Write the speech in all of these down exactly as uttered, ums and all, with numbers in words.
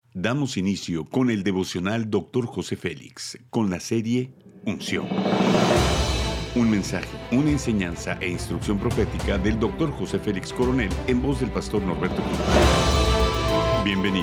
Damos inicio con el devocional doctor José Félix, con la serie Unción. Un mensaje, una enseñanza e instrucción profética del doctor José Félix Coronel en voz del pastor Norberto Cruz. Bienvenidos.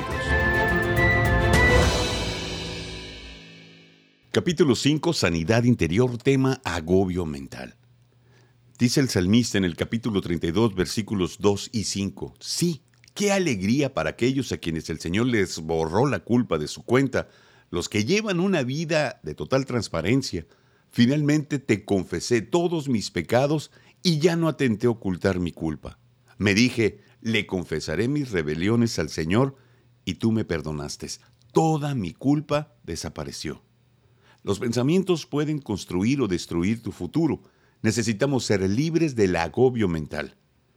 Capítulo cinco, Sanidad Interior, tema agobio mental. Dice el salmista en el capítulo treinta y dos, versículos dos y cinco. Sí, qué alegría para aquellos a quienes el Señor les borró la culpa de su cuenta, los que llevan una vida de total transparencia. Finalmente te confesé todos mis pecados y ya no atenté a ocultar mi culpa. Me dije, le confesaré mis rebeliones al Señor y tú me perdonaste. Toda mi culpa desapareció. Los pensamientos pueden construir o destruir tu futuro. Necesitamos ser libres del agobio mental.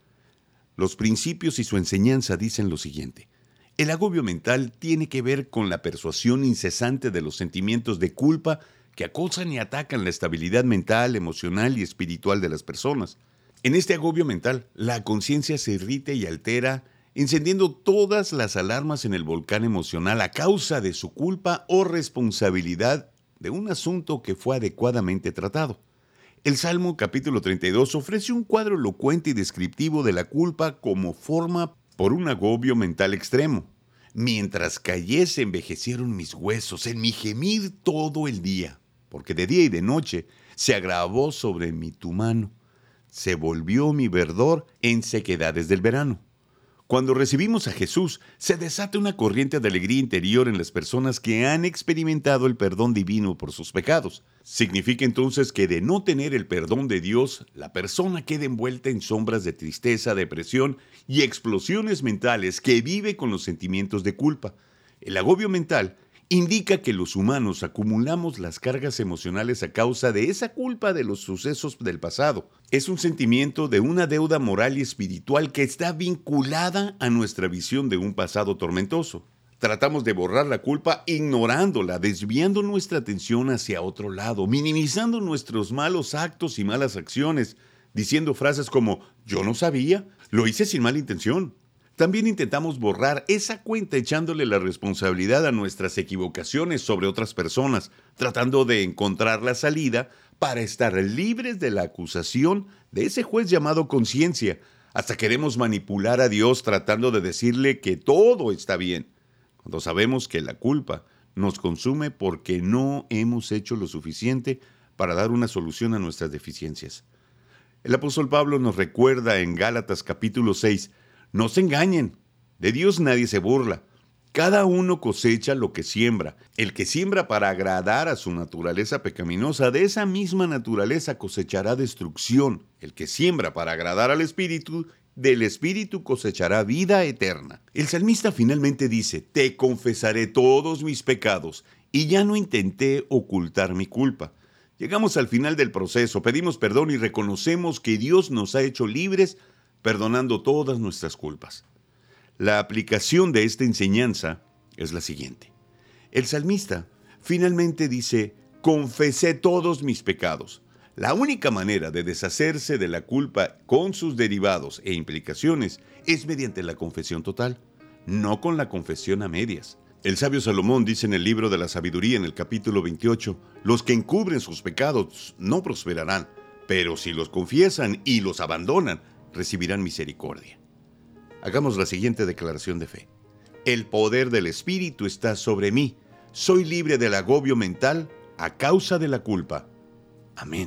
Los principios y su enseñanza dicen lo siguiente. El agobio mental tiene que ver con la persuasión incesante de los sentimientos de culpa que acosan y atacan la estabilidad mental, emocional y espiritual de las personas. En este agobio mental, la conciencia se irrita y altera, encendiendo todas las alarmas en el volcán emocional a causa de su culpa o responsabilidad de un asunto que fue adecuadamente tratado. El Salmo capítulo treinta y dos ofrece un cuadro elocuente y descriptivo de la culpa como forma por un agobio mental extremo. Mientras callé se envejecieron mis huesos, en mi gemir todo el día, porque de día y de noche se agravó sobre mí tu mano. Se volvió mi verdor en sequedades del verano. Cuando recibimos a Jesús, se desata una corriente de alegría interior en las personas que han experimentado el perdón divino por sus pecados. Significa entonces que de no tener el perdón de Dios, la persona queda envuelta en sombras de tristeza, depresión y explosiones mentales que vive con los sentimientos de culpa. El agobio mental indica que los humanos acumulamos las cargas emocionales a causa de esa culpa de los sucesos del pasado. Es un sentimiento de una deuda moral y espiritual que está vinculada a nuestra visión de un pasado tormentoso. Tratamos de borrar la culpa ignorándola, desviando nuestra atención hacia otro lado, minimizando nuestros malos actos y malas acciones, diciendo frases como «yo no sabía, lo hice sin mala intención». También intentamos borrar esa cuenta echándole la responsabilidad a nuestras equivocaciones sobre otras personas, tratando de encontrar la salida para estar libres de la acusación de ese juez llamado conciencia. Hasta queremos manipular a Dios tratando de decirle que todo está bien, cuando sabemos que la culpa nos consume porque no hemos hecho lo suficiente para dar una solución a nuestras deficiencias. El apóstol Pablo nos recuerda en Gálatas capítulo seis, no se engañen, de Dios nadie se burla. Cada uno cosecha lo que siembra. El que siembra para agradar a su naturaleza pecaminosa, de esa misma naturaleza cosechará destrucción. El que siembra para agradar al Espíritu, del Espíritu cosechará vida eterna. El salmista finalmente dice, te confesaré todos mis pecados, y ya no intenté ocultar mi culpa. Llegamos al final del proceso, pedimos perdón y reconocemos que Dios nos ha hecho libres perdonando todas nuestras culpas. La aplicación de esta enseñanza es la siguiente. El salmista finalmente dice, confesé todos mis pecados. La única manera de deshacerse de la culpa con sus derivados e implicaciones es mediante la confesión total, no con la confesión a medias. El sabio Salomón dice en el libro de la sabiduría en el capítulo veintiocho, los que encubren sus pecados no prosperarán, pero si los confiesan y los abandonan, recibirán misericordia. Hagamos la siguiente declaración de fe. El poder del Espíritu está sobre mí. Soy libre del agobio mental a causa de la culpa. Amén.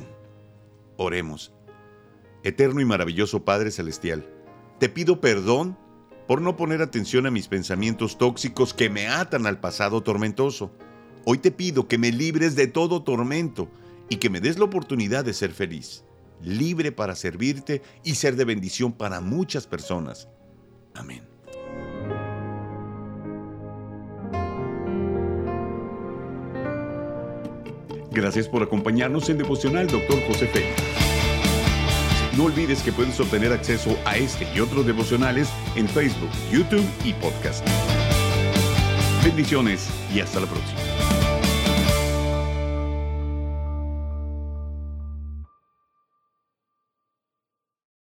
Oremos. Eterno y maravilloso Padre Celestial, te pido perdón por no poner atención a mis pensamientos tóxicos que me atan al pasado tormentoso. Hoy te pido que me libres de todo tormento y que me des la oportunidad de ser feliz, libre para servirte y ser de bendición para muchas personas. Amén. Gracias por acompañarnos en Devocional doctor José Félix. No olvides que puedes obtener acceso a este y otros devocionales en Facebook, YouTube y podcast. Bendiciones y hasta la próxima.